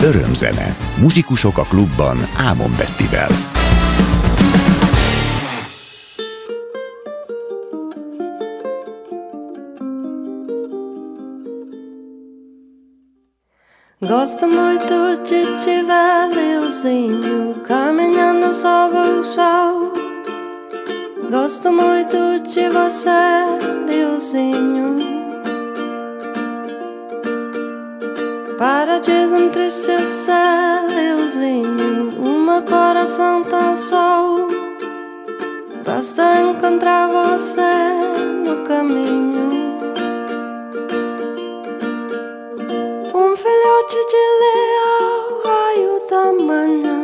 Örömzene. Muzsikusok a klubban Ámon Bettivel. Gosto muito de te ver, Leozinho, caminhando sobre o sol. Gosto muito de você, Leozinho, para desentristecer, Leozinho, o meu coração tão só. Basta encontrar você no caminho. Filhote de leão, raio da manhã,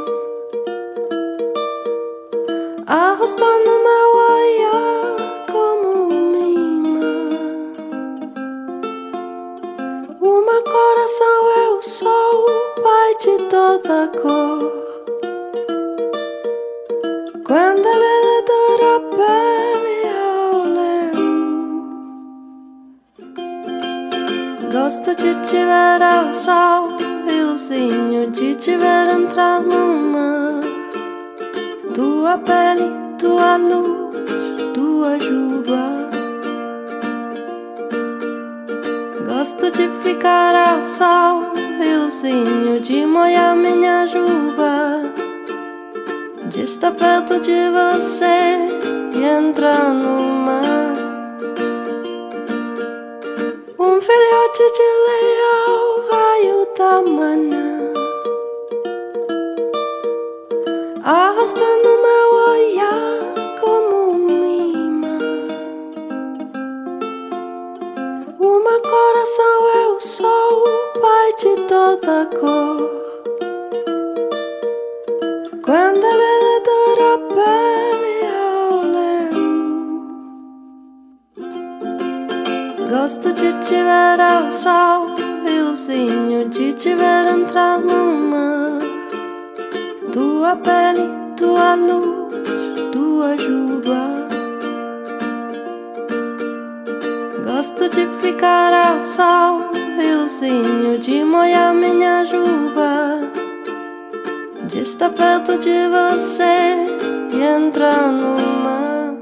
arrastando meu olhar como um imã. O meu coração é o sol, pai de toda cor. Quando ele dura a pele ao leão. Gosto de te ver ao sol, Leozinho, de te ver entrar no mar. Tua pele, tua luz, tua juba. Gosto de ficar ao sol, Leozinho, de molhar minha juba, de estar perto de você e entrar no mar. Filhote de leão, raio da manhã, arrastando meu olhar como um imã. O meu coração é o sol, pai de toda cor. Quando ele dura a pele ao leão. Gosto de te ver ao sol, Leozinho, de te ver entrar no mar. Tua pele, tua luz, tua juba. Gosto de ficar ao sol, Leozinho, de molhar minha juba, de estar perto de você e entrar no mar.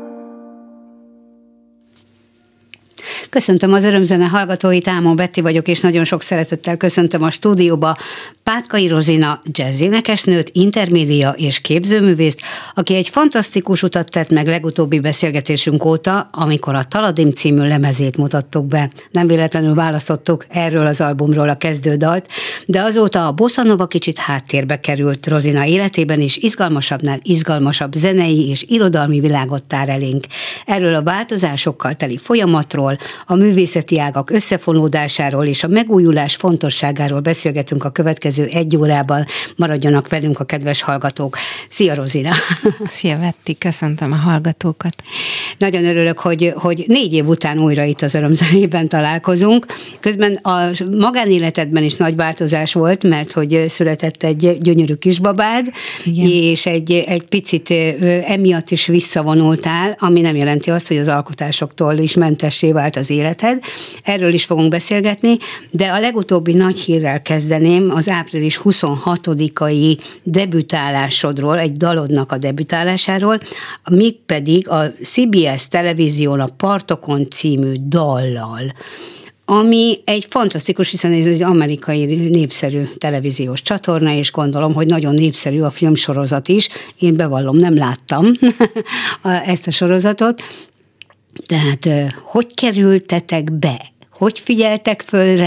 Köszöntöm az Örömzene hallgatóit, Ámon Betti vagyok, és nagyon sok szeretettel köszöntöm a stúdióba Pátkai Rozina jazzénekesnőt, intermédia és képzőművészt, aki egy fantasztikus utat tett meg legutóbbi beszélgetésünk óta, amikor a Taladim című lemezét mutattuk be. Nem véletlenül választottuk erről az albumról a kezdődalt, de azóta a bossa nova kicsit háttérbe került Rozina életében, és izgalmasabbnál izgalmasabb zenei és irodalmi világot tár elénk. Erről a változásokkal teli folyamatról, a művészeti ágak összefonódásáról és a megújulás fontosságáról beszélgetünk a következő egy órában. Maradjanak velünk a kedves hallgatók. Szia, Rozina! Szia, Vetti, köszöntöm a hallgatókat. Nagyon örülök, hogy 4 év után újra itt az Örömzenében találkozunk. Közben a magánéletedben is nagy változás volt, mert hogy született egy gyönyörű kisbabád, igen, és egy picit emiatt is visszavonultál, ami nem jelenti azt, hogy az alkotásoktól is mentessé vált az életed. Erről is fogunk beszélgetni, de a legutóbbi nagy hírrel kezdeném, az április 26-ai debütálásodról, egy dalodnak a debütálásáról, mégpedig a CBS televízión a Partokon című dallal, ami egy fantasztikus, hiszen ez egy amerikai népszerű televíziós csatorna, és gondolom, hogy nagyon népszerű a filmsorozat is. Én bevallom, nem láttam ezt a sorozatot. Tehát hogy kerültetek be? Hogy figyeltek föl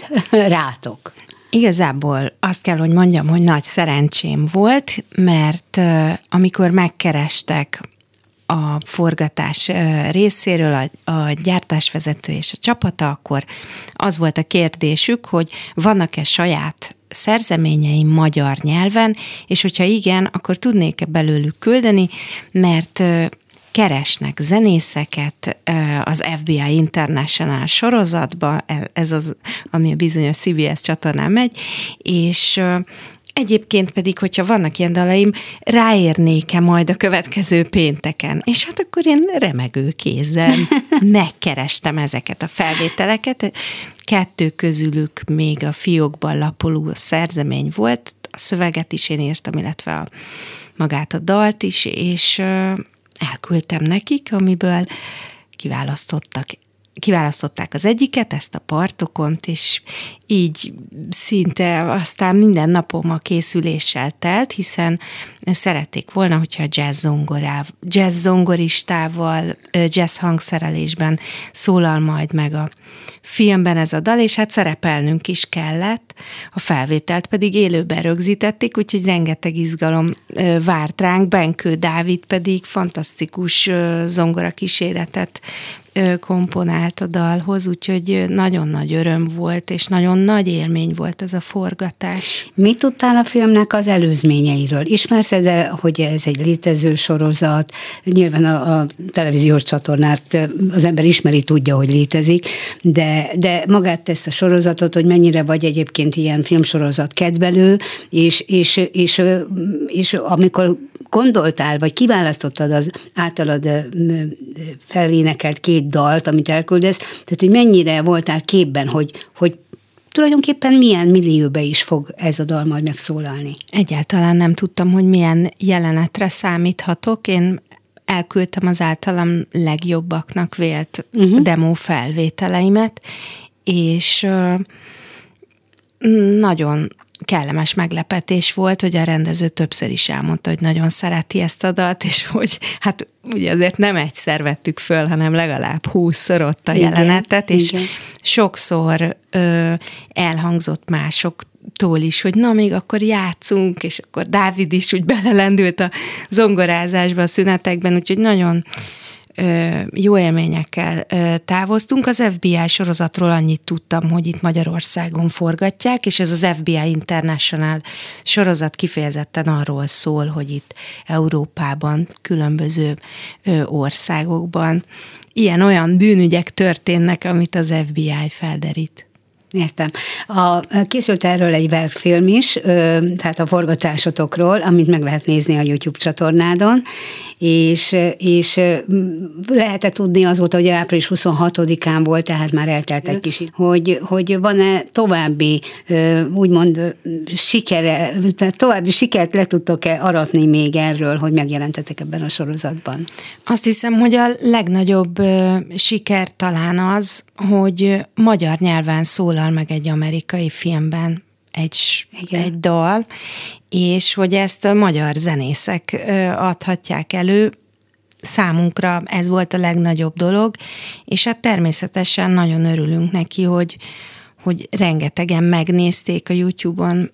rátok? Igazából azt kell, hogy mondjam, hogy nagy szerencsém volt, mert amikor megkerestek a forgatás részéről a gyártásvezető és a csapata, akkor az volt a kérdésük, hogy vannak-e saját szerzeményeim magyar nyelven, és hogyha igen, akkor tudnék-e belőlük küldeni, mert keresnek zenészeket az FBI International sorozatba, ez az, ami a bizonyos CBS csatornán megy, Egyébként pedig, hogyha vannak ilyen dalaim, ráérnék-e majd a következő pénteken? És hát akkor én remegő kézzel megkerestem ezeket a felvételeket. 2 közülük még a fiókban lapuló szerzemény volt, a szöveget is én írtam, illetve magát a dalt is, és elküldtem nekik, amiből kiválasztották az egyiket, ezt a Partokont, és így szinte aztán minden napom a készüléssel telt, hiszen szerették volna, hogyha jazz zongoristával, jazz hangszerelésben szólal majd meg a filmben ez a dal, és hát szerepelnünk is kellett, a felvételt pedig élőben rögzítették, úgyhogy rengeteg izgalom várt ránk, Benkő Dávid pedig fantasztikus zongora kíséretet komponált a dalhoz, úgyhogy nagyon nagy öröm volt, és nagyon nagy élmény volt ez a forgatás. Mit tudtál a filmnek az előzményeiről? Ismerted, hogy ez egy létező sorozat? Nyilván a televíziós csatornát az ember ismeri, tudja, hogy létezik, de magát ezt a sorozatot, hogy mennyire vagy egyébként ilyen filmsorozat kedvelő, és amikor gondoltál, vagy kiválasztottad az általad felénekelt 2 dalt, amit elküldesz, tehát hogy mennyire voltál képben, hogy tulajdonképpen milyen millióbe is fog ez a dal majd megszólalni? Egyáltalán nem tudtam, hogy milyen jelenetre számíthatok. Én elküldtem az általam legjobbaknak vélt demo felvételeimet, és nagyon kellemes meglepetés volt, hogy a rendező többször is elmondta, hogy nagyon szereti ezt a dalt, és hogy hát ugye azért nem egyszer vettük föl, hanem legalább 20-szor ott a jelenetet, és igen. Sokszor elhangzott másoktól is, hogy na, még akkor játszunk, és akkor Dávid is úgy belelendült a zongorázásba a szünetekben, úgyhogy nagyon jó élményekkel távoztunk. Az FBI sorozatról annyit tudtam, hogy itt Magyarországon forgatják, és ez az FBI International sorozat kifejezetten arról szól, hogy itt Európában, különböző országokban ilyen-olyan bűnügyek történnek, amit az FBI felderít. Értem. Készült erről egy verkfilm is, tehát a forgatásotokról, amit meg lehet nézni a YouTube csatornádon, és lehetett tudni azóta, hogy április 26-án volt, tehát már eltelt egy kicsit, hogy van-e további, úgymond további sikert le tudtok-e aratni még erről, hogy megjelentetek ebben a sorozatban? Azt hiszem, hogy a legnagyobb siker talán az, hogy magyar nyelven szólal meg egy amerikai filmben egy dal, és hogy ezt a magyar zenészek adhatják elő. Számunkra ez volt a legnagyobb dolog, és hát természetesen nagyon örülünk neki, hogy rengetegen megnézték a YouTube-on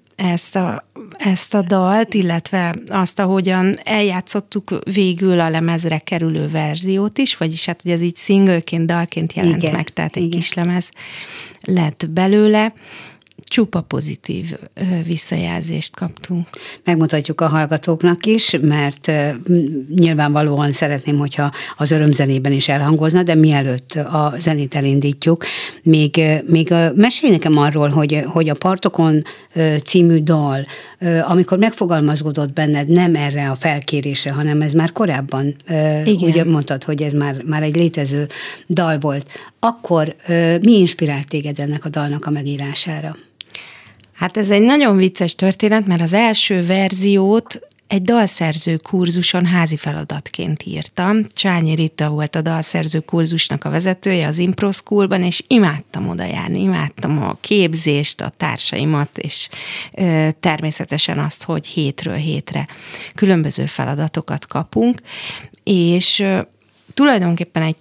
ezt a dalt, illetve azt, ahogyan eljátszottuk végül a lemezre kerülő verziót is, vagyis hát, hogy ez így singleként, dalként jelent meg, tehát egy kis lemez lett belőle. Csupa pozitív visszajelzést kaptunk. Megmutatjuk a hallgatóknak is, mert nyilvánvalóan szeretném, hogyha az örömzenében is elhangozna, de mielőtt a zenét elindítjuk, még mesélj nekem arról, hogy a Partokon című dal, amikor megfogalmazódott benned, nem erre a felkérésre, hanem ez már korábban, ugye mondtad, hogy ez már egy létező dal volt. Akkor mi inspirált téged ennek a dalnak a megírására? Hát ez egy nagyon vicces történet, mert az első verziót egy dalszerző kurzuson házi feladatként írtam. Csányi Rita volt a dalszerző kurzusnak a vezetője az Impro Schoolban, és imádtam oda járni, imádtam a képzést, a társaimat, és természetesen azt, hogy hétről hétre különböző feladatokat kapunk, és tulajdonképpen egy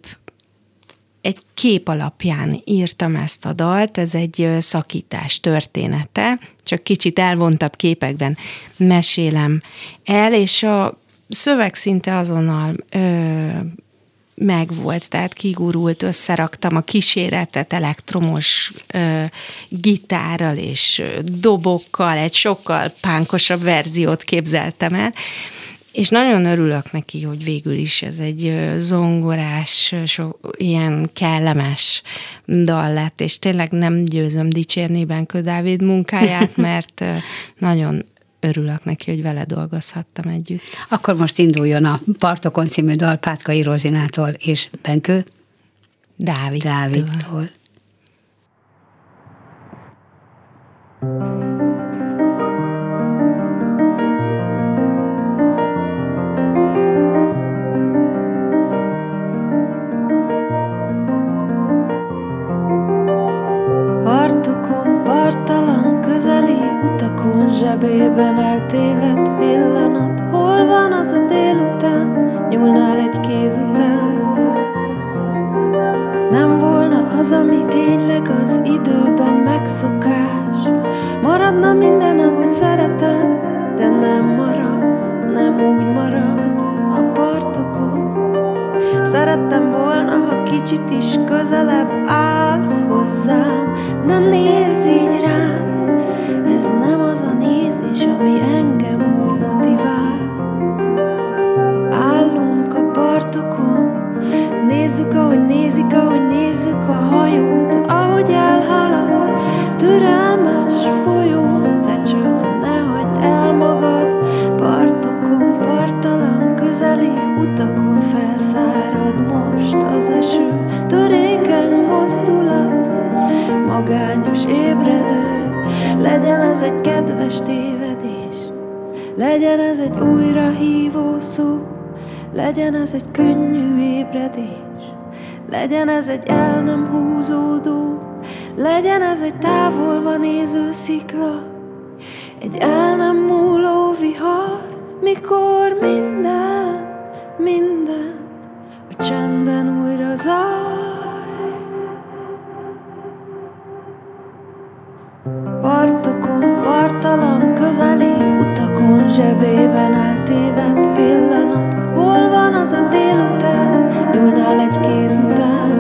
kép alapján írtam ezt a dalt, ez egy szakítás története, csak kicsit elvontabb képekben mesélem el, és a szöveg szinte azonnal megvolt, tehát kigurult, összeraktam a kíséretet elektromos gitárral és dobokkal, egy sokkal pánkosabb verziót képzeltem el, És nagyon örülök neki, hogy végül is ez egy zongorás, ilyen kellemes dal lett, és tényleg nem győzöm dicsérni Benkő Dávid munkáját, mert nagyon örülök neki, hogy vele dolgozhattam együtt. Akkor most induljon a Partokon című dal Pátkai Rozinától és Benkő Dávidtól. Partokon, parttalan, közeli utakon, zsebében eltévedt pillanat. Hol van az a délután, nyúlnál egy kéz után? Nem volna az, ami tényleg az időben megszokás. Maradna minden, ahogy szeretem, de nem marad, nem úgy marad a partokon. Szerettem volna, ha kicsit is közelebb állsz hozzám, de nézz így rám, ez nem az a nézés, ami engem úgy motivál. Állunk a partokon, nézzük, ahogy nézzük a hajót, ahogy elhalad, türelmes folyót, de csak ne hagyd el magad. Partokon, parttalan, közeli utakon felszárad most az eső, törékeny mozdulat, magányos ébredő. Legyen ez egy kedves tévedés, legyen ez egy újra hívó szó, legyen ez egy könnyű ébredés, legyen ez egy el nem húzódó, legyen ez egy távolba néző szikla, egy el nem múló vihar, mikor minden a csendben újra zaj. Partokon, parttalan, közeli utakon, zsebében eltévedt pillanat. Hol van az a délután, nyúlnál egy kéz után?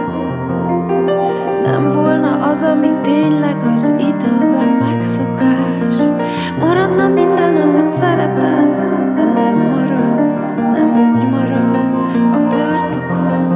Nem volna az, ami tényleg az időben megszokás. Maradna minden, ahogy szeretem, de nem marad, nem úgy marad a partokon.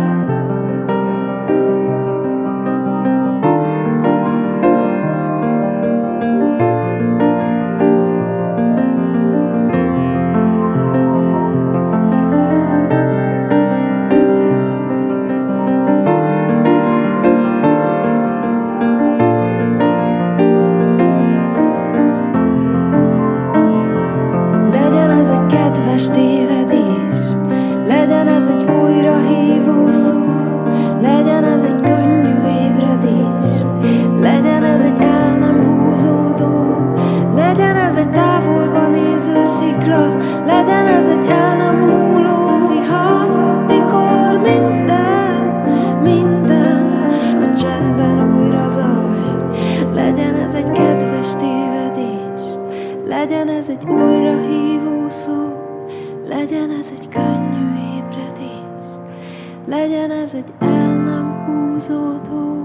Tévedés, legyen ez egy újra hívó szó, legyen ez egy könnyű ébredés, legyen ez egy el nem húzódó, legyen ez egy távolba néző szikla, legyen ez egy el nem múló vihar, mikor minden a csendben újra zaj. Legyen ez egy kedves tévedés, legyen ez egy újra hívó szó, legyen ez egy könnyű ébredés, legyen ez egy el nem húzódó.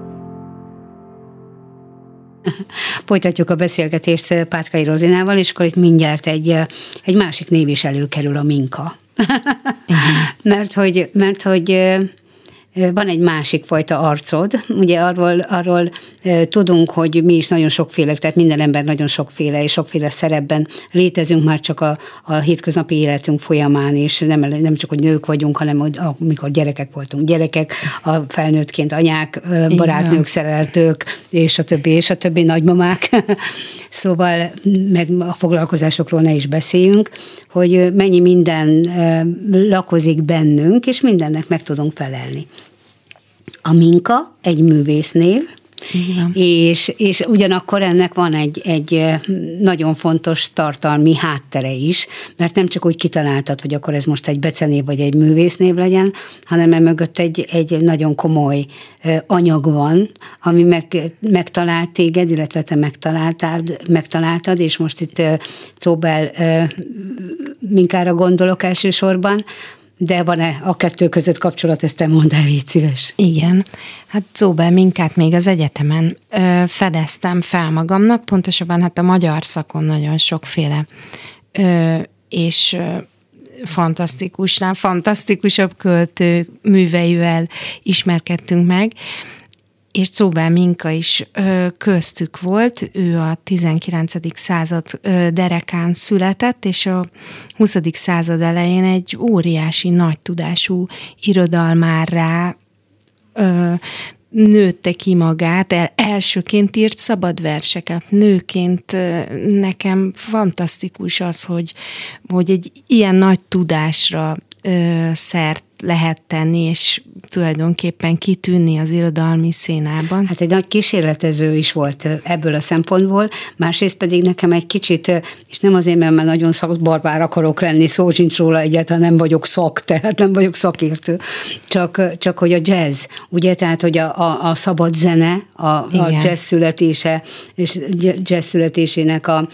Folytatjuk a beszélgetést Pátkai Rozinával, és akkor itt mindjárt egy másik név is előkerül, a Minka. mert hogy van egy másik fajta arcod, ugye arról tudunk, hogy mi is nagyon sokféle, tehát minden ember nagyon sokféle, és sokféle szerepben létezünk már csak a hétköznapi életünk folyamán, és nem csak, hogy nők vagyunk, hanem amikor gyerekek voltunk gyerekek, a felnőttként anyák, barátnők, szereltők, és a többi nagymamák. Szóval meg a foglalkozásokról ne is beszéljünk, hogy mennyi minden lakozik bennünk, és mindennek meg tudunk felelni. A Minka egy művésznév, és ugyanakkor ennek van egy nagyon fontos tartalmi háttere is, mert nem csak úgy kitaláltad, hogy akkor ez most egy becenév vagy egy művésznév legyen, hanem emögött egy nagyon komoly anyag van, ami megtalált téged, illetve te megtaláltad, és most itt Czóbel Minkára gondolok elsősorban, de van-e a kettő között kapcsolat, ezt te mondd el, légy szíves. Igen, hát Czóbel Minkát még az egyetemen fedeztem fel magamnak, pontosabban hát a magyar szakon nagyon sokféle és fantasztikusabb költő műveivel ismerkedtünk meg, és Czóbel Minka is köztük volt, ő a 19. század derekán született, és a 20. század elején egy óriási, nagy tudású irodalmárrá nőtte ki magát, elsőként írt szabad verseket. Nőként nekem fantasztikus az, hogy egy ilyen nagy tudásra szert lehet tenni, és tulajdonképpen kitűnni az irodalmi színában. Hát egy nagy kísérletező is volt ebből a szempontból, másrészt pedig nekem egy kicsit, és nem azért, mert nagyon szakbarbár akarok lenni, szó sincs róla, egyáltalán nem vagyok tehát nem vagyok szakértő, csak hogy a jazz, ugye, tehát hogy a szabad zene, a jazz születése, és jazz születésének a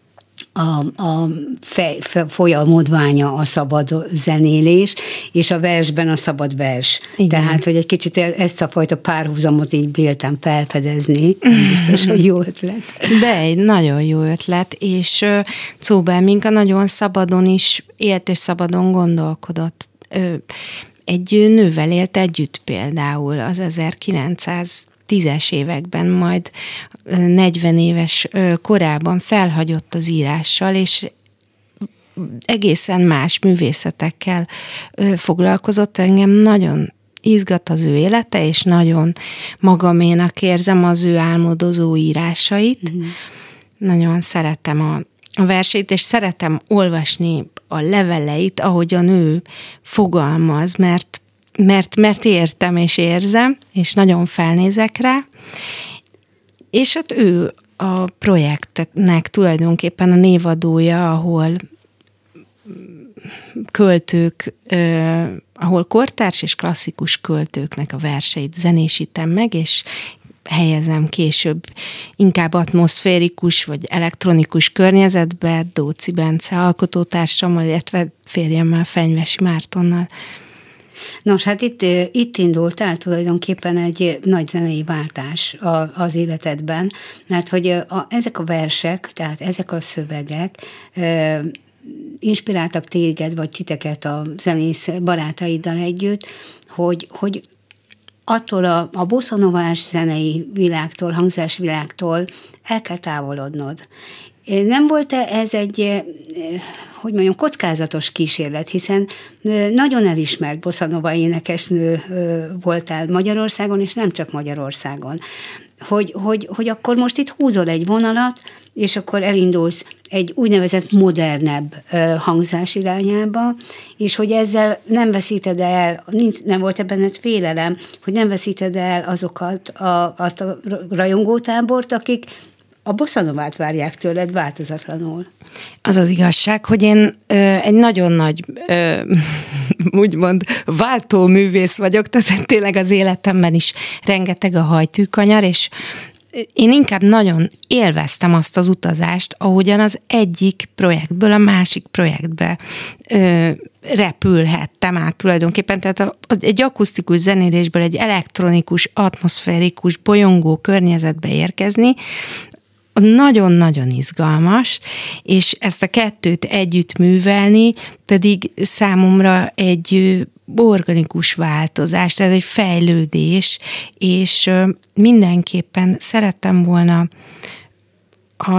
folyamodványa a szabad zenélés, és a versben a szabad vers. Igen. Tehát, hogy egy kicsit ezt a fajta párhuzamot így véltem felfedezni, biztos, hogy jó ötlet. De egy nagyon jó ötlet, és Czóbel Minka nagyon szabadon is élt, és szabadon gondolkodott. Egy nővel élt együtt például az 1910-es években, majd 40 éves korában felhagyott az írással, és egészen más művészetekkel foglalkozott. Engem nagyon izgat az ő élete, és nagyon magaménak érzem az ő álmodozó írásait. Mm. Nagyon szeretem a versét, és szeretem olvasni a leveleit, ahogyan ő fogalmaz, mert értem és érzem, és nagyon felnézek rá, és hát ő a projektnek tulajdonképpen a névadója, ahol költők, ahol kortárs és klasszikus költőknek a verseit zenésítem meg, és helyezem később inkább atmoszférikus vagy elektronikus környezetbe, Dóczy Bence alkotótársammal, illetve férjemmel, Fenyvesi Mártonnal. Nos, hát itt indult el tulajdonképpen egy nagy zenei váltás az életedben, mert hogy ezek a versek, tehát ezek a szövegek inspiráltak téged, vagy titeket a zenész barátaiddal együtt, hogy attól a bosszanovás zenei világtól, hangzásvilágtól el kell távolodnod. Nem volt-e ez egy, hogy mondjam, kockázatos kísérlet, hiszen nagyon elismert bosszanova énekesnő voltál Magyarországon, és nem csak Magyarországon. Hogy akkor most itt húzol egy vonalat, és akkor elindulsz egy úgynevezett modernebb hangzás irányába, és hogy ezzel nem veszíted el, nem volt benned félelem, hogy nem veszíted el azt a rajongótábort, akik a bosszanovát várják tőled változatlanul. Az az igazság, hogy én egy nagyon nagy, úgymond váltóművész vagyok, tehát tényleg az életemben is rengeteg a hajtűkanyar, és én inkább nagyon élveztem azt az utazást, ahogyan az egyik projektből a másik projektbe repülhettem át tulajdonképpen. Tehát egy akusztikus zenélésből egy elektronikus, atmoszférikus, bolyongó környezetbe érkezni, nagyon-nagyon izgalmas, és ezt a kettőt együtt művelni pedig számomra egy organikus változás, tehát egy fejlődés, és mindenképpen szerettem volna a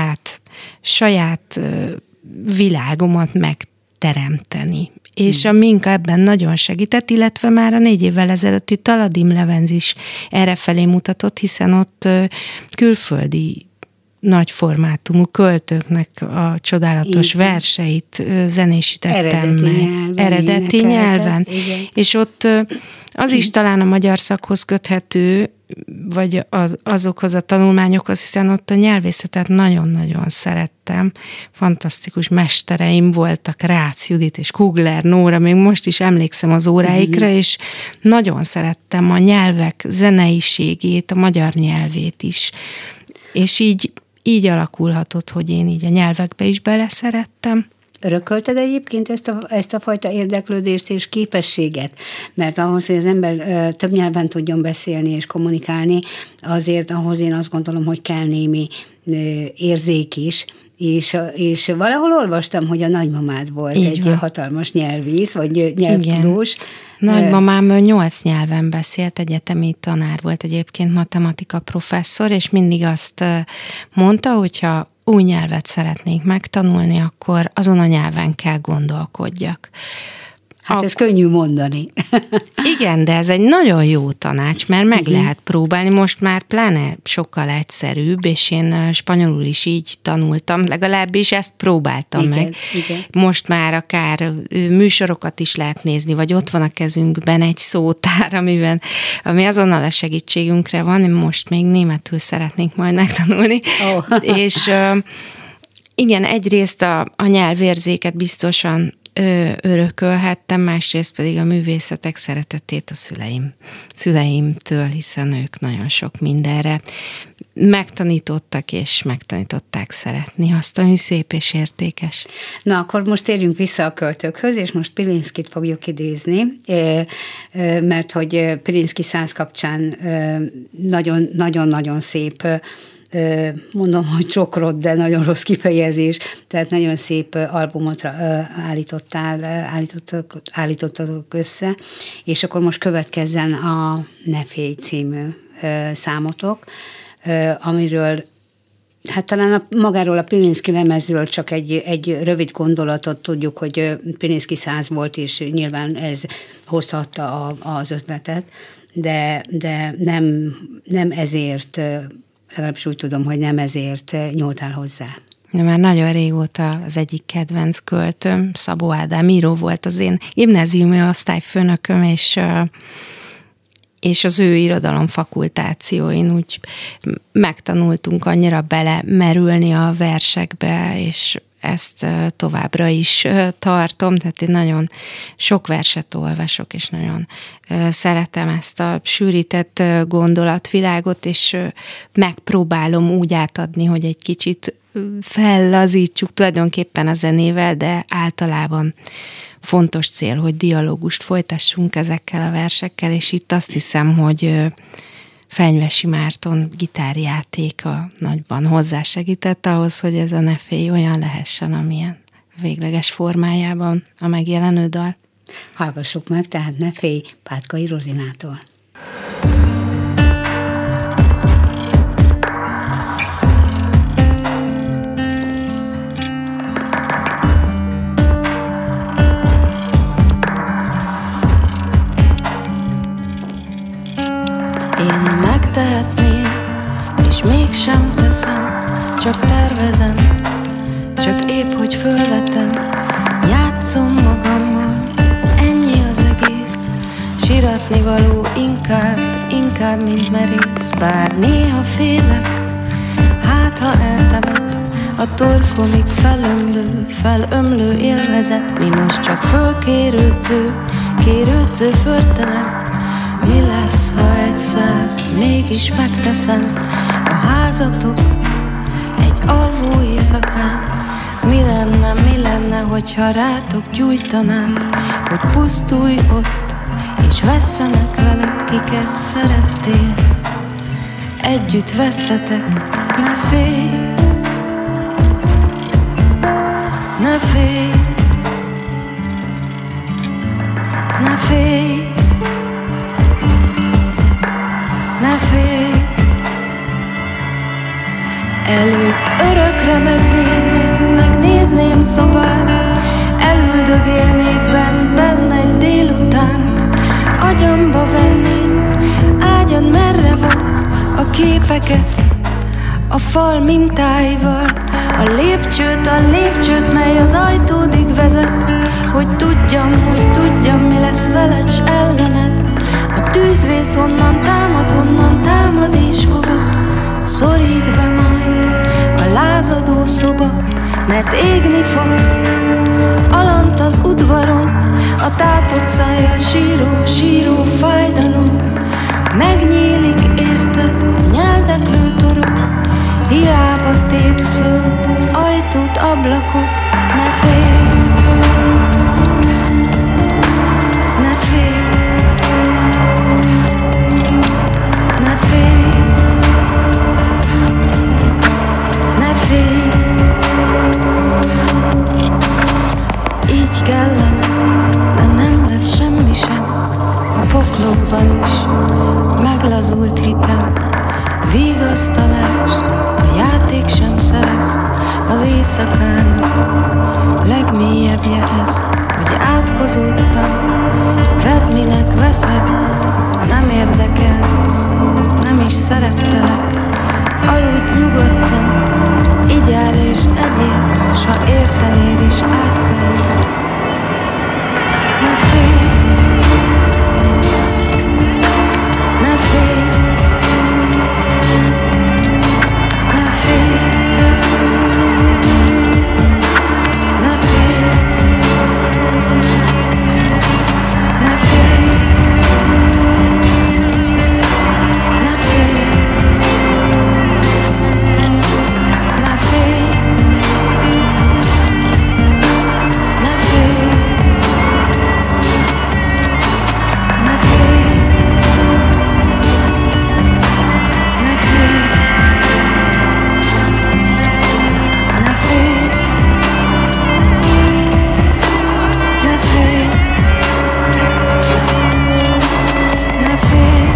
saját világomat megteremteni. És a Minka ebben nagyon segített, illetve már a 4 évvel ezelőtti Taladim Levenz is errefelé mutatott, hiszen ott külföldi nagy formátumú költőknek a csodálatos verseit zenésítettem eredeti nyelven. És ott az is talán a magyar szakhoz köthető, vagy azokhoz a tanulmányokhoz, hiszen ott a nyelvészetet nagyon-nagyon szerettem. Fantasztikus mestereim voltak, Rácz Judit és Kugler Nóra, még most is emlékszem az óráikra, és nagyon szerettem a nyelvek zeneiségét, a magyar nyelvét is. És így alakulhatott, hogy én így a nyelvekbe is beleszerettem. Örökölted egyébként ezt a fajta érdeklődést és képességet? Mert ahhoz, hogy az ember több nyelven tudjon beszélni és kommunikálni, azért ahhoz én azt gondolom, hogy kell némi érzék is, és valahol olvastam, hogy a nagymamád volt így egy van. Hatalmas nyelvész, vagy nyelvtudós. Igen. Nagymamám 8 nyelven beszélt, egyetemi tanár volt egyébként, matematika professzor, és mindig azt mondta, hogyha új nyelvet szeretnék megtanulni, akkor azon a nyelven kell gondolkodjak. Hát ez könnyű mondani. Igen, de ez egy nagyon jó tanács, mert meg lehet próbálni, most már pláne sokkal egyszerűbb, és én spanyolul is így tanultam, legalábbis ezt próbáltam meg. Igen. Most már akár műsorokat is lehet nézni, vagy ott van a kezünkben egy szótár, ami azonnal a segítségünkre van, én most még németül szeretnék majd megtanulni. És igen, egyrészt a nyelvérzéket biztosan örökölhettem, másrészt pedig a művészetek szeretetét a szüleimtől, hiszen ők nagyon sok mindenre megtanítottak, és megtanították szeretni azt, ami szép és értékes. Na, akkor most térjünk vissza a költőkhöz, és most Pilinszkit fogjuk idézni, mert hogy Pilinszki 100 kapcsán nagyon-nagyon szép, mondom, hogy csokrot, de nagyon rossz kifejezés, tehát nagyon szép albumot állítottatok össze, és akkor most következzen a Ne félj című számotok, amiről hát talán magáról a Pilinszki lemezről csak egy rövid gondolatot tudjuk, hogy Pilinszki 100 volt, és nyilván ez hozhatta az ötletet, de nem ezért, legalábbis úgy tudom, hogy nem ezért nyúltál hozzá. De már nagyon régóta az egyik kedvenc költőm, Szabó Ádám író volt az én gimnáziumi osztályfőnököm, és az ő irodalom fakultációin úgy megtanultunk annyira belemerülni a versekbe, és ezt továbbra is tartom, tehát én nagyon sok verset olvasok, és nagyon szeretem ezt a sűrített gondolatvilágot, és megpróbálom úgy átadni, hogy egy kicsit fellazítsuk tulajdonképpen a zenével, de általában fontos cél, hogy dialógust folytassunk ezekkel a versekkel, és itt azt hiszem, hogy Fenyvesi Márton gitárjátéka nagyban hozzásegített ahhoz, hogy ez a Ne félj olyan lehessen, amilyen végleges formájában a megjelenő dal. Hallgassuk meg, tehát Ne félj Pátkai Rozinától. Én megtehetném, és mégsem teszem, csak tervezem, csak épp hogy fölvetem, játszom magammal, ennyi az egész, siratni való inkább, mint merész, bár néha félek, hát ha eltemet, a torkomig felömlő élvezet, mi most csak kérődző förtelem. Mi lesz, ha egyszer mégis megteszem a házatok egy alvó éjszakán? Mi lenne, hogyha rátok gyújtanám, hogy pusztulj ott, és vesszenek veled, kiket szerettél. Együtt vesszetek, ne félj, ne félj, ne félj. Ne félj, előbb örökre megnézném szobát, elüldögélnék benne egy délutánt, agyamba venném, ágyad merre van a képeket, a fal mintáival, a lépcsőt, mely az ajtódig vezet, hogy tudjam, mi lesz veled s ellened. A tűzvész honnan támad és hova szorít be majd a lázadó szoba, mert égni fogsz alant az udvaron, a tátott szájjal síró fájdalom. Megnyílik érted nyeldeklő torok, hiába tépsz föl ajtót, ablakot, ne félj, ne félj. Ne félj, Fellazult hitem, vigasztalást a játék sem szerez. Az éjszakának legmélyebbje ez, hogy átkozódtam. Vedd, minek veszed, nem érdekelsz, nem is szerettelek. Aludj nyugodtan, igyál és egyél, s ha értenéd is átkelj. Ne félj, ne félj, ne félj, ne félj, ne félj, ne félj, ne félj, ne félj, ne félj, ne félj, ne félj, ne félj, ne félj.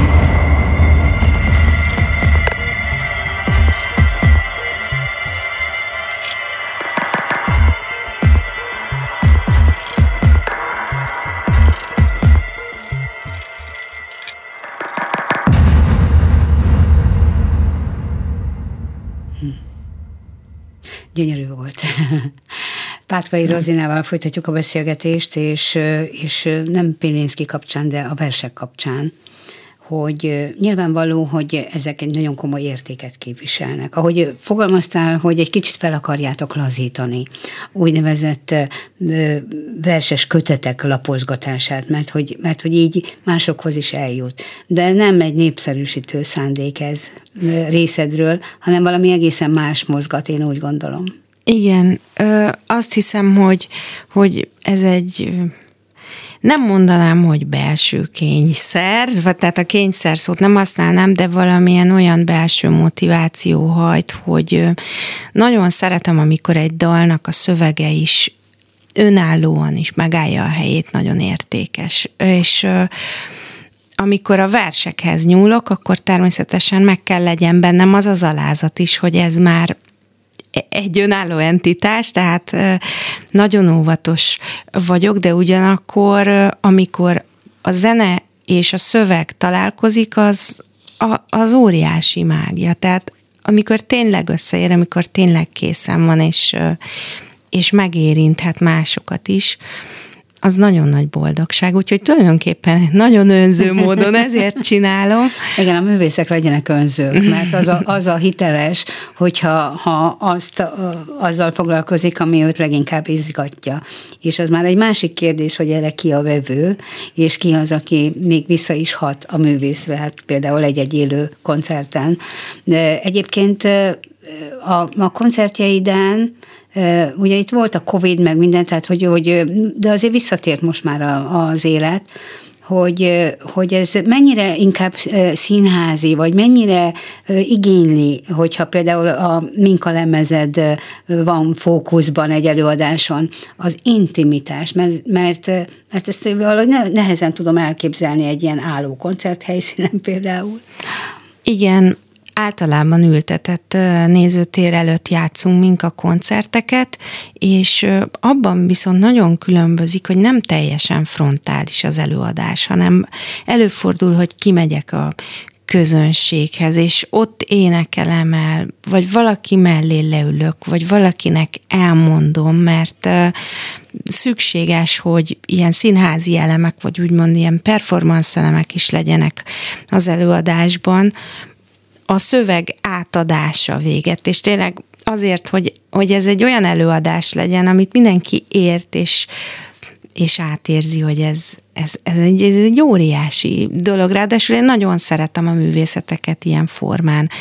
Gyönyörű volt. Pátkai Rozinával folytatjuk a beszélgetést, és nem Pilinszky kapcsán, de a versek kapcsán, hogy nyilvánvaló, hogy ezek egy nagyon komoly értéket képviselnek. Ahogy fogalmaztál, hogy egy kicsit fel akarjátok lazítani úgynevezett verses kötetek lapozgatását, mert hogy így másokhoz is eljut. De nem egy népszerűsítő szándék ez részedről, hanem valami egészen más mozgat, én úgy gondolom. Igen, azt hiszem, hogy ez egy... Nem mondanám, hogy belső kényszer, vagy tehát a kényszer szót nem használnám, de valamilyen olyan belső motiváció hajt, hogy nagyon szeretem, amikor egy dalnak a szövege is önállóan is megállja a helyét, nagyon értékes. És amikor a versekhez nyúlok, akkor természetesen meg kell legyen bennem az az alázat is, hogy ez már egy önálló entitás, tehát nagyon óvatos vagyok, de ugyanakkor, amikor a zene és a szöveg találkozik, az óriási mágia. Tehát amikor tényleg összeér, amikor tényleg készen van, és megérinthet másokat is, az nagyon nagy boldogság, úgyhogy tulajdonképpen nagyon önző módon ezért csinálom. Igen, a művészek legyenek önzők, mert az a hiteles, hogyha azzal foglalkozik, ami őt leginkább izgatja. És az már egy másik kérdés, hogy erre ki a vevő, és ki az, aki még vissza is hat a művészre, hát például egy élő koncerten. De egyébként a koncertjeiden ugye itt volt a Covid, meg minden, tehát de azért visszatért most már az élet, hogy ez mennyire inkább színházi, vagy mennyire igényli, hogyha például a Minka lemezed van fókuszban egy előadáson, az intimitás, mert ezt valahogy nehezen tudom elképzelni egy ilyen álló koncerthelyszínen például. Igen, általában ültetett nézőtér előtt játszunk Minka koncerteket, és abban viszont nagyon különbözik, hogy nem teljesen frontális az előadás, hanem előfordul, hogy kimegyek a közönséghez, és ott énekelem el, vagy valaki mellé leülök, vagy valakinek elmondom, mert szükséges, hogy ilyen színházi elemek, vagy úgymond ilyen performance elemek is legyenek az előadásban, a szöveg átadása véget, és tényleg azért, hogy ez egy olyan előadás legyen, amit mindenki ért, és átérzi, hogy ez egy óriási dolog. Ráadásul én nagyon szeretem a művészeteket ilyen formán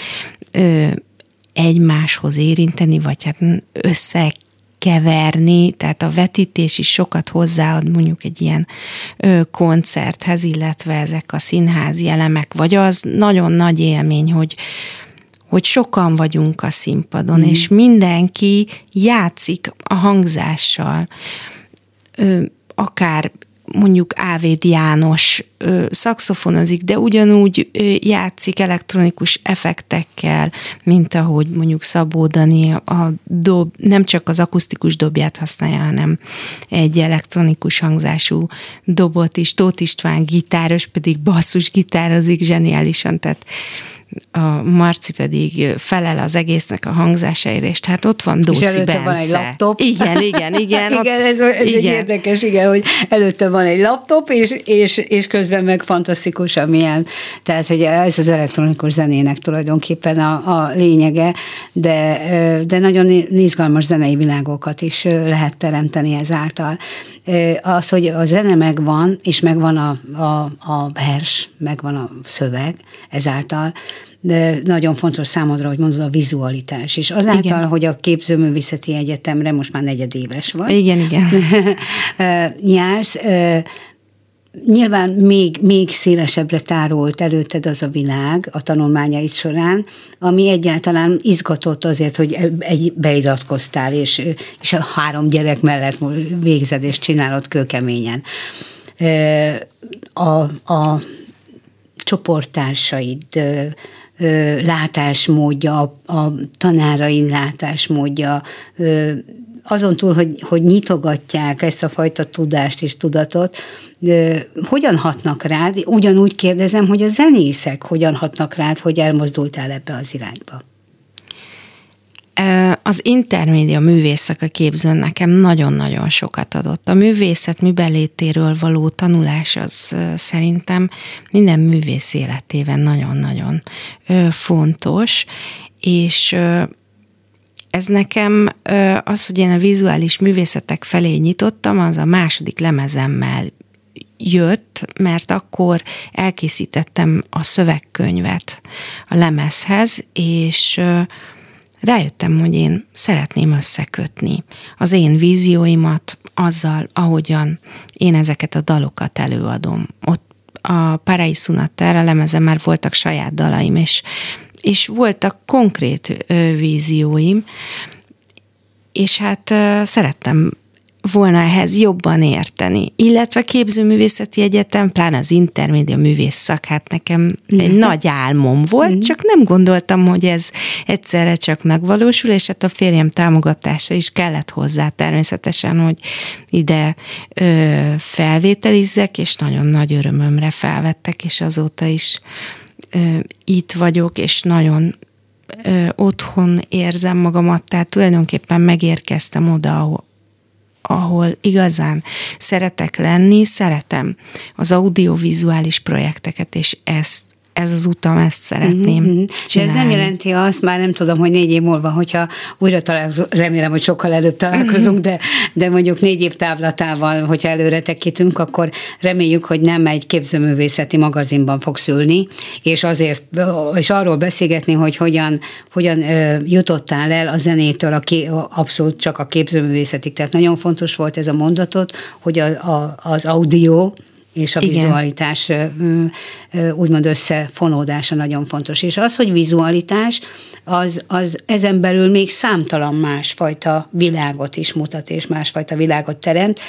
egymáshoz érinteni, vagy hát összekeverni, tehát a vetítés is sokat hozzáad mondjuk egy ilyen koncerthez, illetve ezek a színházi elemek, vagy az nagyon nagy élmény, hogy sokan vagyunk a színpadon, és mindenki játszik a hangzással, akár mondjuk Ávéd János szaxofonozik, de ugyanúgy játszik elektronikus effektekkel, mint ahogy mondjuk Szabó Dani nem csak az akusztikus dobját használja, hanem egy elektronikus hangzású dobot is. Tóth István gitáros pedig basszusgitározik zseniálisan, tehát a Marci pedig felel az egésznek a hangzásáért, és hát ott van Dóci Bence. És előtte van egy laptop. Igen. Igen, ez egy érdekes, igen, hogy előtte van egy laptop, és közben meg fantasztikusan milyen. Tehát, hogy ez az elektronikus zenének tulajdonképpen a lényege, de nagyon izgalmas zenei világokat is lehet teremteni ezáltal. Az, hogy a zene megvan, és megvan a vers, megvan a szöveg ezáltal, de nagyon fontos számodra, hogy mondod, a vizualitás. És azáltal, igen, hogy a Képzőművészeti Egyetemre most már negyedéves vagy. Igen. Jársz, nyilván még szélesebbre tárult előtted az a világ a tanulmányaid során, ami egyáltalán izgatott azért, hogy beiratkoztál, és a 3 gyerek mellett végzed és csinálod kőkeményen. A csoporttársaid látásmódja, a tanárain látásmódja, azon túl, hogy nyitogatják ezt a fajta tudást és tudatot, hogyan hatnak rád? Ugyanúgy kérdezem, hogy a zenészek hogyan hatnak rád, hogy elmozdultál ebbe az irányba? Az intermédia művészek a képzőn nekem nagyon-nagyon sokat adott. A művészet műbelétéről való tanulás az szerintem minden művész életében nagyon-nagyon fontos, és ez nekem az, hogy én a vizuális művészetek felé nyitottam, az a második lemezemmel jött, mert akkor elkészítettem a szövegkönyvet a lemezhez, és rájöttem, hogy én szeretném összekötni az én vízióimat azzal, ahogyan én ezeket a dalokat előadom. Ott a Paraíso na Terra lemezen már voltak saját dalaim, és voltak konkrét vízióim, és hát szerettem volna ehhez jobban érteni. Illetve Képzőművészeti Egyetem, pláne az intermédia művész szak, hát nekem egy nagy álmom volt, csak nem gondoltam, hogy ez egyszerre csak megvalósul, és hát a férjem támogatása is kellett hozzá természetesen, hogy ide felvételizzek, és nagyon nagy örömömre felvettek, és azóta is itt vagyok, és nagyon otthon érzem magamat, tehát tulajdonképpen megérkeztem oda, ahol igazán szeretek lenni, szeretem az audiovizuális projekteket, és ez az utam, ezt szeretném csinálni. De ez nem jelenti azt, már nem tudom, hogy 4 év múlva, hogyha újra remélem, hogy sokkal előbb találkozunk, de mondjuk 4 év távlatával, hogyha előre tekintünk, akkor reméljük, hogy nem egy képzőművészeti magazinban fogsz ülni, és arról beszélgetni, hogy hogyan jutottál el a zenétől abszolút csak a képzőművészetig. Tehát nagyon fontos volt ez a mondatot, hogy az audio és a vizualitás úgymond összefonódása nagyon fontos. És az, hogy vizualitás, az ezen belül még számtalan másfajta világot is mutat, és másfajta világot teremt.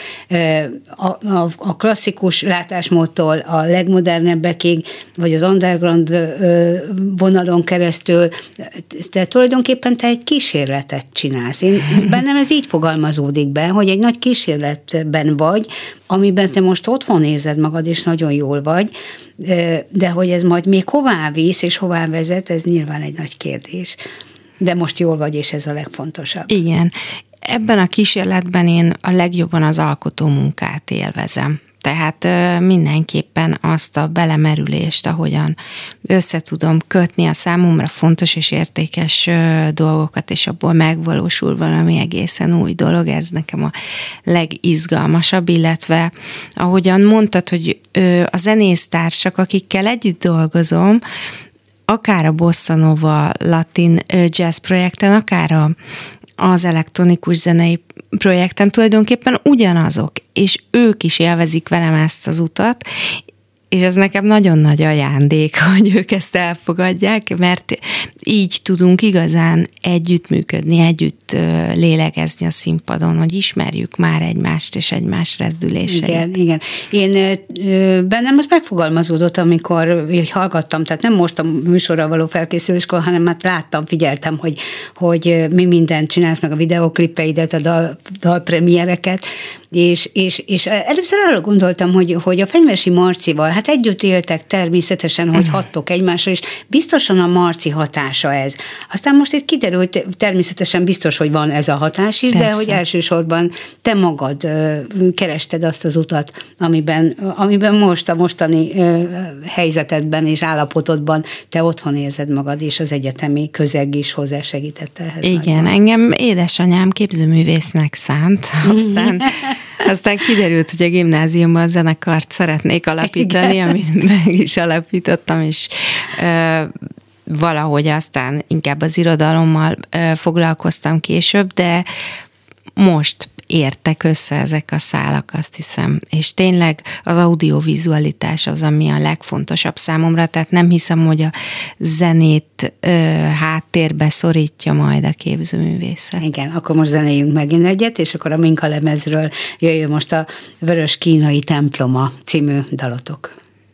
A klasszikus látásmódtól a legmodernebbekig, vagy az underground vonalon keresztül, te tulajdonképpen egy kísérletet csinálsz. Bennem ez így fogalmazódik be, hogy egy nagy kísérletben vagy, amiben te most otthon érzed magad, és nagyon jól vagy, de hogy ez majd még hová visz, és hová vezet, ez nyilván egy nagy kérdés. De most jól vagy, és ez a legfontosabb. Igen. Ebben a kísérletben én a legjobban az alkotó munkát élvezem. Tehát mindenképpen azt a belemerülést, ahogyan össze tudom kötni a számomra fontos és értékes dolgokat, és abból megvalósul valami egészen új dolog, ez nekem a legizgalmasabb, illetve ahogyan mondtad, hogy a zenésztársak, akikkel együtt dolgozom, akár a Bossa Nova latin jazz projekten, akár az elektronikus zenei projekten tulajdonképpen ugyanazok, és ők is élvezik velem ezt az utat, És ez nekem nagyon nagy ajándék, hogy ők ezt elfogadják, mert így tudunk igazán együttműködni, együtt lélegezni a színpadon, hogy ismerjük már egymást és egymás rezdüléseit. Igen. Én bennem az megfogalmazódott, amikor hallgattam, tehát nem most a műsorra való felkészüléskor, hanem már láttam, figyeltem, hogy mi mindent csinálsz, meg a videóklippeidet, a dalpremiereket, és először arra gondoltam, hogy a Fenyvesi Marcival, hát együtt éltek természetesen, hogy hattok egymásra, és biztosan a Marci hatása ez. Aztán most itt kiderült, természetesen biztos, hogy van ez a hatás is, de hogy elsősorban te magad kerested azt az utat, amiben most a mostani helyzetedben és állapotodban te otthon érzed magad, és az egyetemi közeg is hozzásegítette ehhez. Igen, nagyban. engem édesanyám képzőművésznek szánt, aztán kiderült, hogy a gimnáziumban zenekart szeretnék alapítani, amit meg is alapítottam, és valahogy aztán inkább az irodalommal foglalkoztam később, de most értek össze ezek a szálak, azt hiszem. És tényleg az audiovizualitás az, ami a legfontosabb számomra, tehát nem hiszem, hogy a zenét háttérbe szorítja majd a képzőművészet. Igen, akkor most zenéljünk megint egyet, és akkor a Minka lemezről jöjjön most a Vörös kínai temploma című dalotok.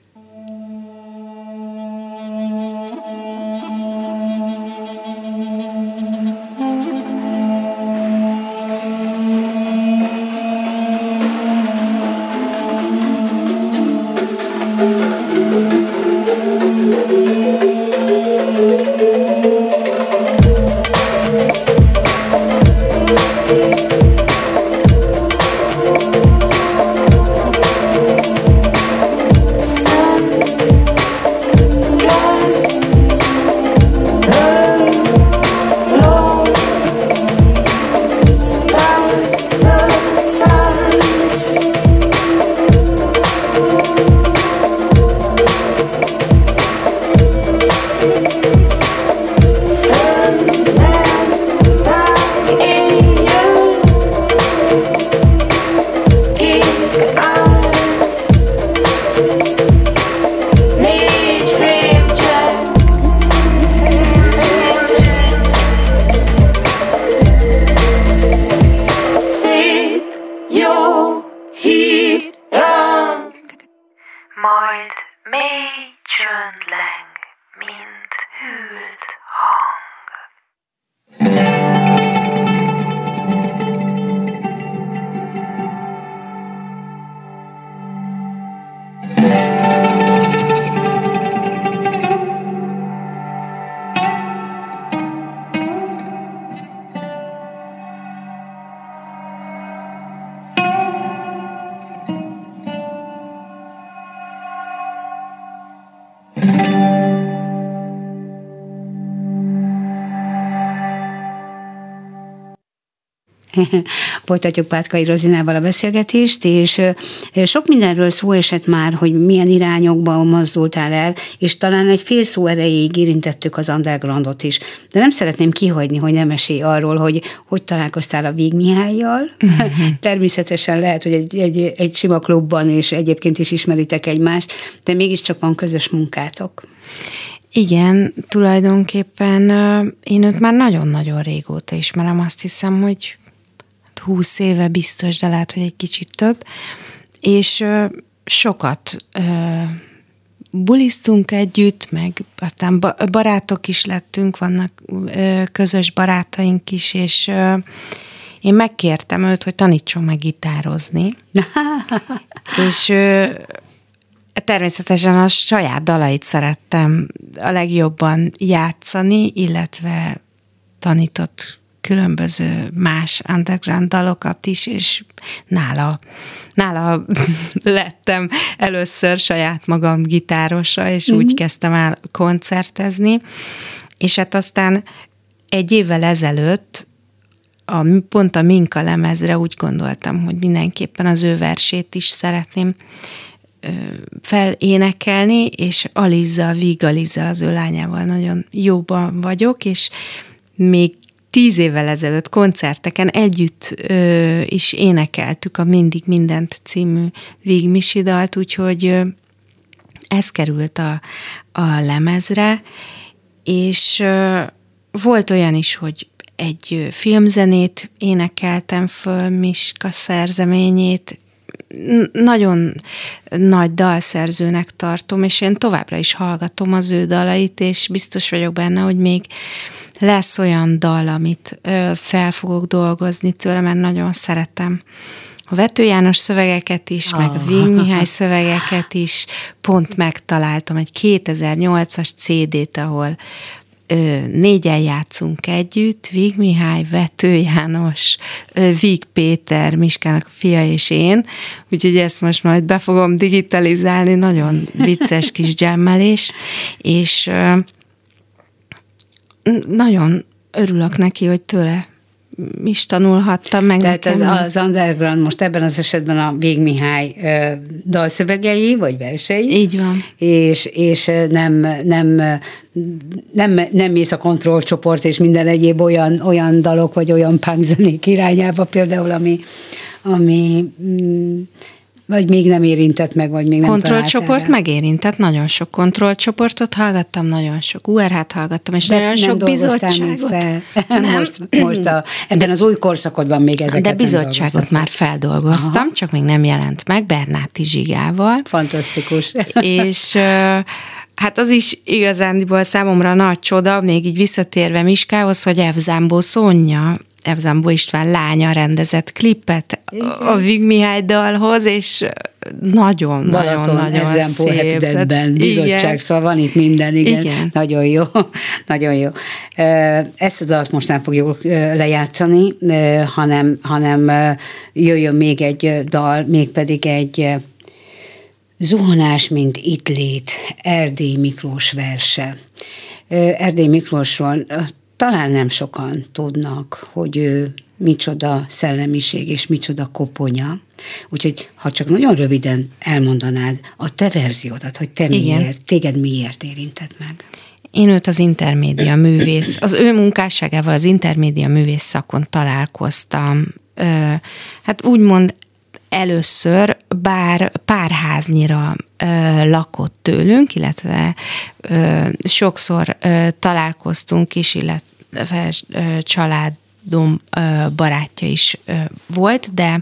Folytatjuk Pátkai Rozinával a beszélgetést, és sok mindenről szó esett már, hogy milyen irányokba mozdultál el, és talán egy fél szó erejéig érintettük az undergroundot is. De nem szeretném kihagyni, hogy nem mesélj arról, hogy találkoztál a Víg Mihályjal. Természetesen lehet, hogy egy sima klubban, és egyébként is ismeritek egymást, de mégiscsak van közös munkátok. Igen, tulajdonképpen én őt már nagyon-nagyon régóta ismerem, azt hiszem, hogy 20 éve biztos, de lehet, hogy egy kicsit több, és sokat buliztunk együtt, meg aztán barátok is lettünk, vannak közös barátaink is, és én megkértem őt, hogy tanítson meg gitározni, és természetesen a saját dalait szerettem a legjobban játszani, illetve tanított különböző más underground dalokat is, és nála lettem először saját magam gitárosa, és úgy kezdtem el koncertezni, és hát aztán egy évvel ezelőtt pont a Minka lemezre úgy gondoltam, hogy mindenképpen az ő versét is szeretném felénekelni, és Víg Alizzal, az ő lányával nagyon jóban vagyok, és még 10 évvel ezelőtt koncerteken együtt is énekeltük a Mindig Mindent című Víg Misi dalt, úgyhogy ez került a lemezre, és volt olyan is, hogy egy filmzenét énekeltem föl, Miska szerzeményét, nagyon nagy dalszerzőnek tartom, és én továbbra is hallgatom az ő dalait, és biztos vagyok benne, hogy még lesz olyan dal, amit fel fogok dolgozni tőle, mert nagyon szeretem a Vető János szövegeket is, meg a Vég Mihály szövegeket is. Pont megtaláltam egy 2008-as CD-t, ahol 4-en játszunk együtt, Vég Mihály, Vető János, Víg Péter, Miskának a fia és én, úgyhogy ezt most majd be fogom digitalizálni, nagyon vicces kis dzsemmelés, és nagyon örülök neki, hogy tőle is tanulhattam meg. Tehát az underground most ebben az esetben a Vég Mihály dalszövegei, vagy versei. Így van. És nem mész a kontrollcsoport és minden egyéb olyan dalok, vagy olyan punkzenék irányába például, ami vagy még nem érintett meg, vagy még nem kontrollcsoport megérintett, nagyon sok kontrollcsoportot hallgattam, nagyon sok URH-t hallgattam, és de nagyon sok bizottságot. Most ebben az új korszakodban még ezeket de bizottságot már feldolgoztam, csak még nem jelent meg, Bernáti Zsigával. Fantasztikus. És hát az is igazándiból számomra nagy csoda, még így visszatérve Miskához, hogy Evzámbó Szonya, Evzámbó István lánya rendezett klippet a Vég Mihály dalhoz, és nagyon Evzámbó Happy bizottság, szóval van itt minden, igen. Nagyon jó, nagyon jó. Ezt a dalt most nem fogjuk lejátszani, hanem jöjjön még egy dal, mégpedig egy Zuhanás, mint itt lét, Erdély Miklós verse. Erdély Miklósról talán nem sokan tudnak, hogy ő micsoda szellemiség és micsoda koponya. Úgyhogy, ha csak nagyon röviden elmondanád a te verziódat, hogy téged miért érintett meg? Én őt az intermédia művész, az ő munkásságával az intermédia művész szakon találkoztam. Hát úgymond először, bár pár háznyira lakott tőlünk, illetve sokszor találkoztunk is, illetve családom barátja is volt, de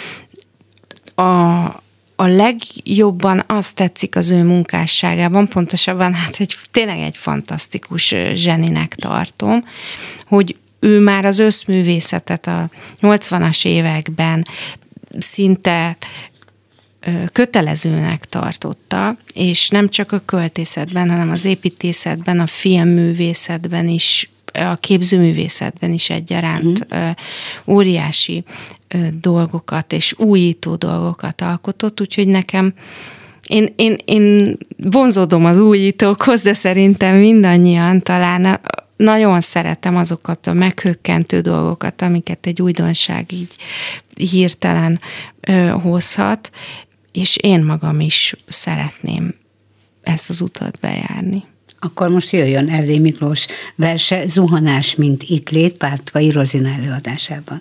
a legjobban azt tetszik az ő munkásságában, pontosabban hát tényleg egy fantasztikus zseninek tartom, hogy ő már az összművészetet a 80-as években szinte kötelezőnek tartotta, és nem csak a költészetben, hanem az építészetben, a filmművészetben is, a képzőművészetben is egyaránt óriási dolgokat és újító dolgokat alkotott, úgyhogy nekem én vonzódom az újítókhoz, de szerintem mindannyian talán nagyon szeretem azokat a meghökkentő dolgokat, amiket egy újdonság így hirtelen hozhat, és én magam is szeretném ezt az utat bejárni. Akkor most jöjjön Erdély Miklós verse, Zuhanás, mint itt lét, Pártkai Rozina előadásában.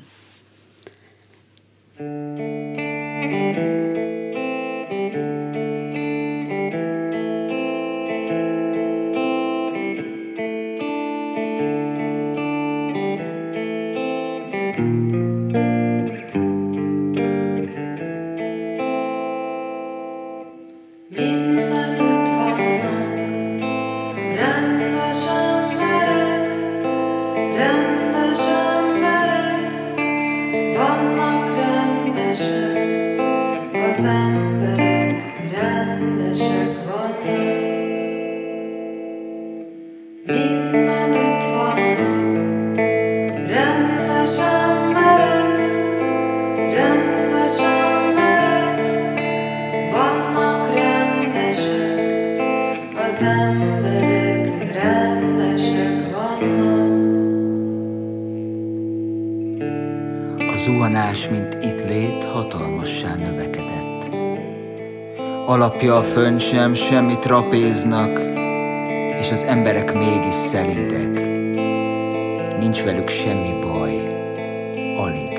Zuhanás, mint itt lét, hatalmassá növekedett. Alapja a fönn sem, semmit trapéznak, és az emberek mégis szelédek. Nincs velük semmi baj, alig.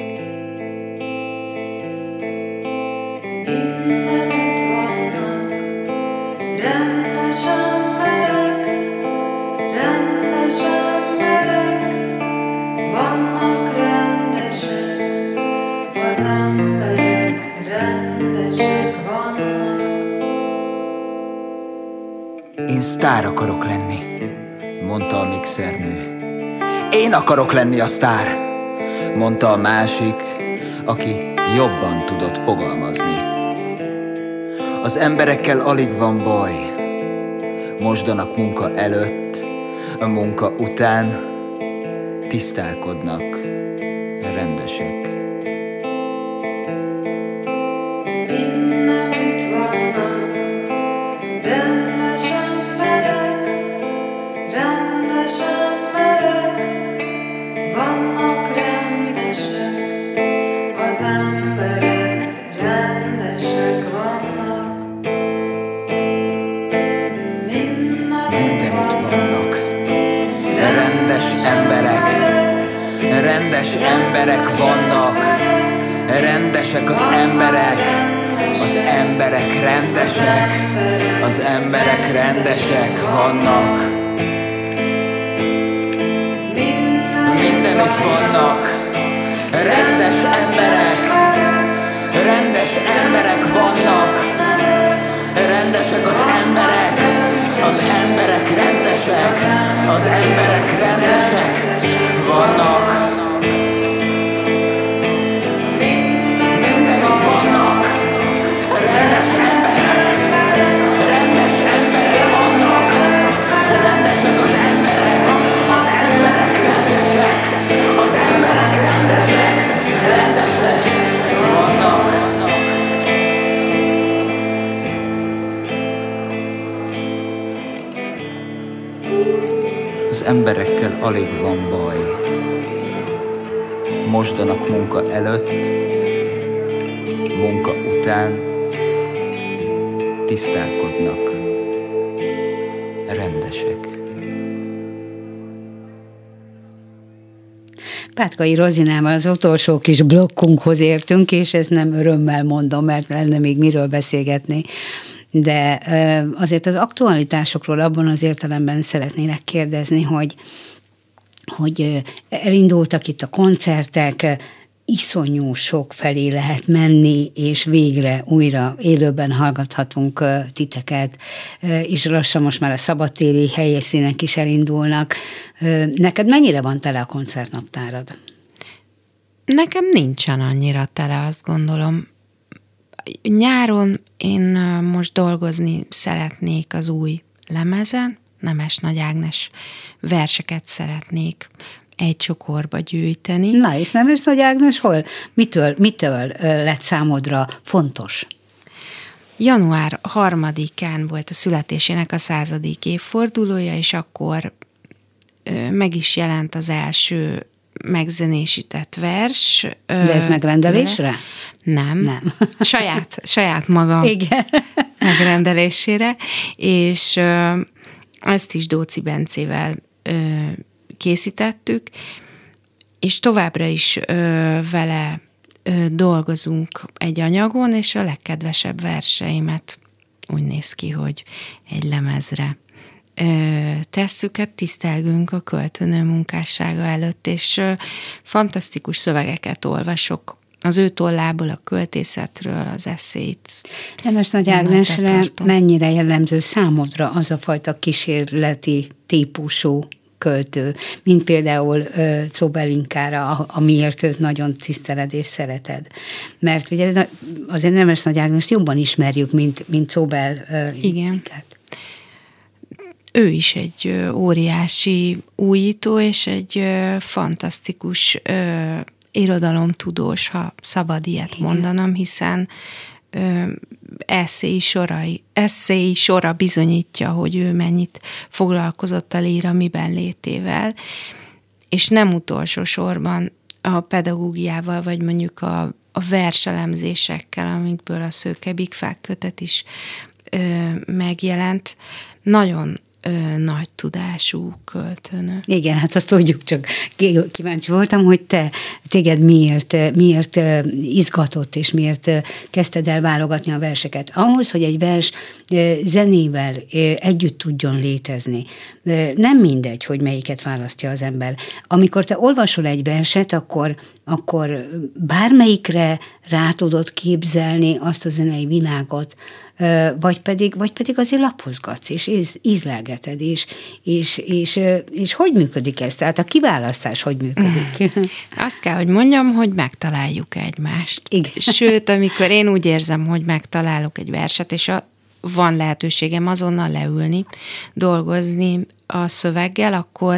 Mindenütt vannak, sztár akarok lenni, mondta a mixernő. Én akarok lenni a sztár, mondta a másik, aki jobban tudott fogalmazni. Az emberekkel alig van baj, mosdanak munka előtt, a munka után tisztálkodnak, rendesek. Mindenütt vannak rendes emberek, vannak rendesek, az emberek rendesek vannak. Mindenütt vannak rendes emberek vannak, rendesek az emberek rendesek, az emberek rendesek vannak. Mindenütt vannak rendes emberek vannak, rendesek az emberek rendesek, az emberek rendesek vannak. Mindenütt vannak rendes emberek vannak, rendesek az emberek rendesek, az emberek rendesek vannak. Az emberekkel alig van baj, mosdanak munka előtt, munka után tisztálkodnak, rendesek. Pátkai Rozinával az utolsó kis blokkunkhoz értünk, és ezt nem örömmel mondom, mert lenne még miről beszélgetni. De azért az aktualitásokról abban az értelemben szeretnélek kérdezni, hogy elindultak itt a koncertek, iszonyú sok felé lehet menni, és végre újra élőben hallgathatunk titeket, és lassan most már a szabadtéri helyszínek is elindulnak. Neked mennyire van tele a koncertnaptárad? Nekem nincsen annyira tele, azt gondolom. Nyáron én most dolgozni szeretnék az új lemezen, Nemes Nagy Ágnes verseket szeretnék egy csokorba gyűjteni. Na, és Nemes Nagy Ágnes hol? Mitől lett számodra fontos? Január 3-án volt a születésének a 100. évfordulója, és akkor meg is jelent az első megzenésített vers. De ez megrendelésre? Nem. Saját magam Igen. megrendelésére, és ezt is Dóczy Bencével készítettük, és továbbra is vele dolgozunk egy anyagon, és a legkedvesebb verseimet úgy néz ki, hogy egy lemezre tesszük, tisztelgünk a költőnő munkássága előtt, és fantasztikus szövegeket olvasok az ő tollából, a költészetről, az eszéit. Nemes Nagy Ágnesre mennyire jellemző számodra az a fajta kísérleti típusú költő, mint például Czóbelinkára, amiért őt nagyon tiszteled és szereted. Mert ugye azért Nemes Nagy Ágnest jobban ismerjük, mint Czóbel. Igen. Ő is egy óriási újító, és egy fantasztikus irodalomtudós, ha szabad ilyet mondanom, hiszen eszéi sora bizonyítja, hogy ő mennyit foglalkozott a líra miben létével, és nem utolsó sorban a pedagógiával, vagy mondjuk a verselemzésekkel, amikből a Szőke Bikfák kötet is megjelent, nagyon nagy tudású költőnő. Igen, hát azt tudjuk, csak kíváncsi voltam, hogy téged miért izgatott, és miért kezdted el válogatni a verseket. Ahhoz, hogy egy vers zenével együtt tudjon létezni, nem mindegy, hogy melyiket választja az ember. Amikor te olvasol egy verset, akkor bármelyikre rá tudod képzelni azt a zenei világot, vagy pedig azért lapozgatsz, és ízlelgeted, és hogy működik ez? Tehát a kiválasztás hogy működik? Azt kell, hogy mondjam, hogy megtaláljuk egymást. Igen. Sőt, amikor én úgy érzem, hogy megtalálok egy verset, és van lehetőségem azonnal leülni, dolgozni a szöveggel, akkor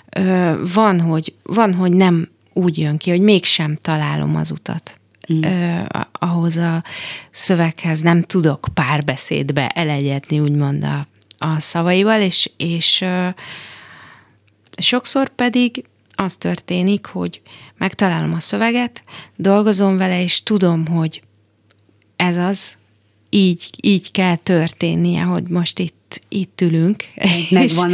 van, hogy nem úgy jön ki, hogy mégsem találom az utat. Ahhoz a szöveghez nem tudok párbeszédbe elegyedni, úgymond a szavaival, és sokszor pedig az történik, hogy megtalálom a szöveget, dolgozom vele, és tudom, hogy ez az, így kell történnie, hogy most itt ülünk. Megvan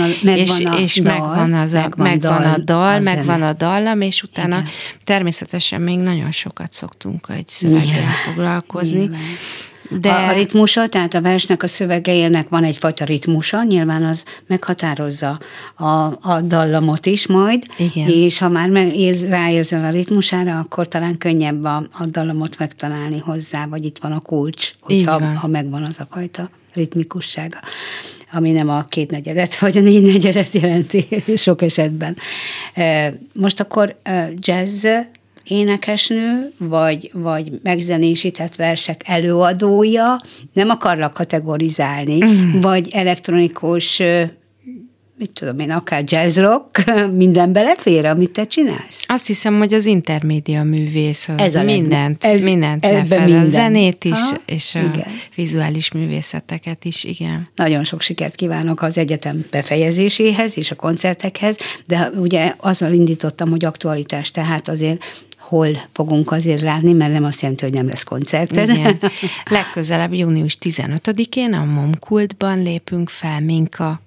a dallam, és utána igen. Természetesen még nagyon sokat szoktunk egy szöveggel foglalkozni. Nyilván. De a ritmusa, tehát a versnek, a szövegeinek van egyfajta ritmusa, nyilván az meghatározza a dallamot is majd, igen. És ha már ráérzel a ritmusára, akkor talán könnyebb a dallamot megtalálni hozzá, vagy itt van a kulcs, ha megvan az a fajta ritmikussága, ami nem a 2/4 vagy a 4/4 jelenti sok esetben. Most akkor jazz énekesnő, vagy megzenésített versek előadója, nem akarlak kategorizálni, vagy elektronikus, mit tudom én, akár jazz rock, minden belefér, amit te csinálsz? Azt hiszem, hogy az intermédia művész, ez a mindent lefed, a zenét is, és a vizuális művészeteket is, igen. Nagyon sok sikert kívánok az egyetem befejezéséhez és a koncertekhez, de ugye azzal indítottam, hogy aktualitás, tehát azért hol fogunk azért látni, mert nem azt jelenti, hogy nem lesz koncerted. Igen. Legközelebb június 15-én a Momkultban lépünk fel Minka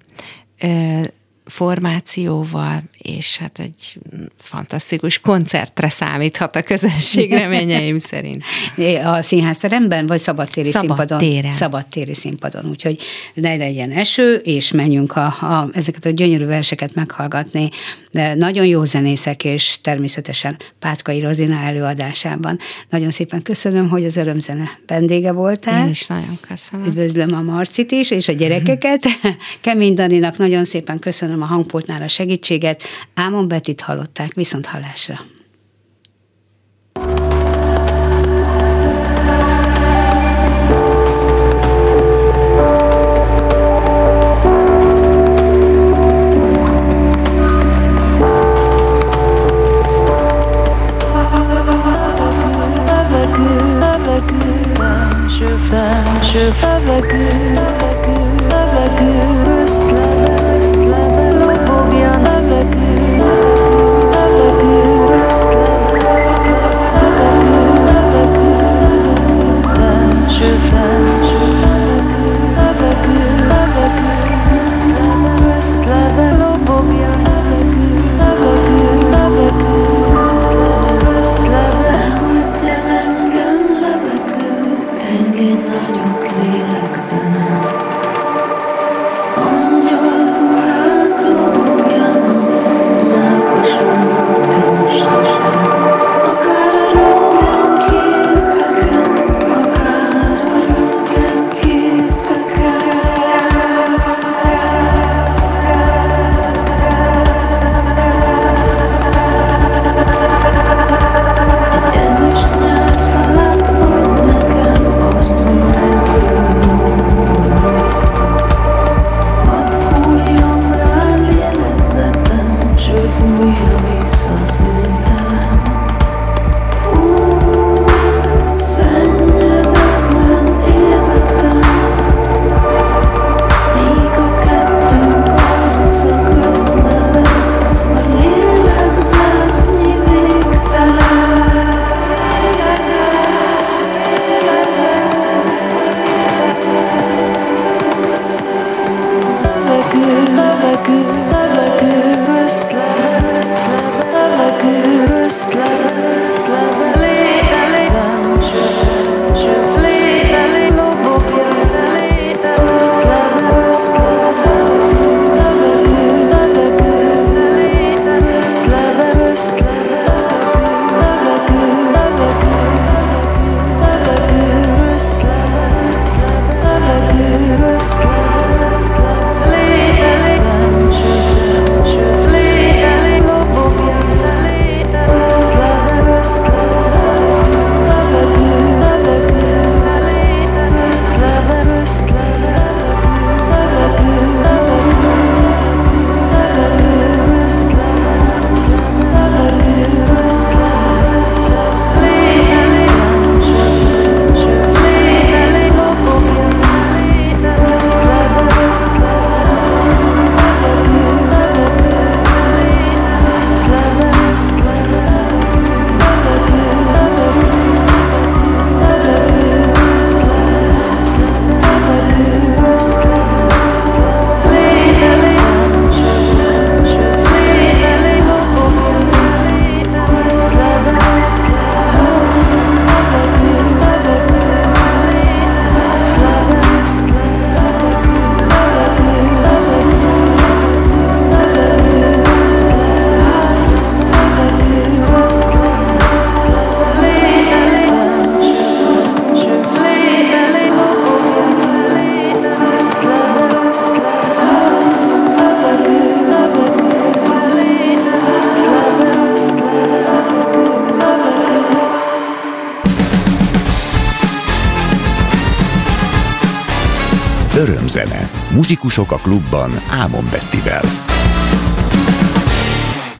formációval, és hát egy fantasztikus koncertre számíthat a közönség, reményeim szerint. A színházteremben, vagy szabadtéri színpadon? Téren. Szabadtéri színpadon, úgyhogy ne legyen eső, és menjünk ezeket a gyönyörű verseket meghallgatni. De nagyon jó zenészek, és természetesen Pátkai Rozina előadásában. Nagyon szépen köszönöm, hogy az Örömzene vendége voltál. Én is nagyon köszönöm. Üdvözlöm a Marcit is, és a gyerekeket. Kemény Daninak nagyon szépen köszönöm a hangpultnál a segítséget. Ámon Bettit hallották, viszont hallásra. Engedj nagyot lélegzenem. Örömzene. Muzsikusok a klubban Ámon Bettivel.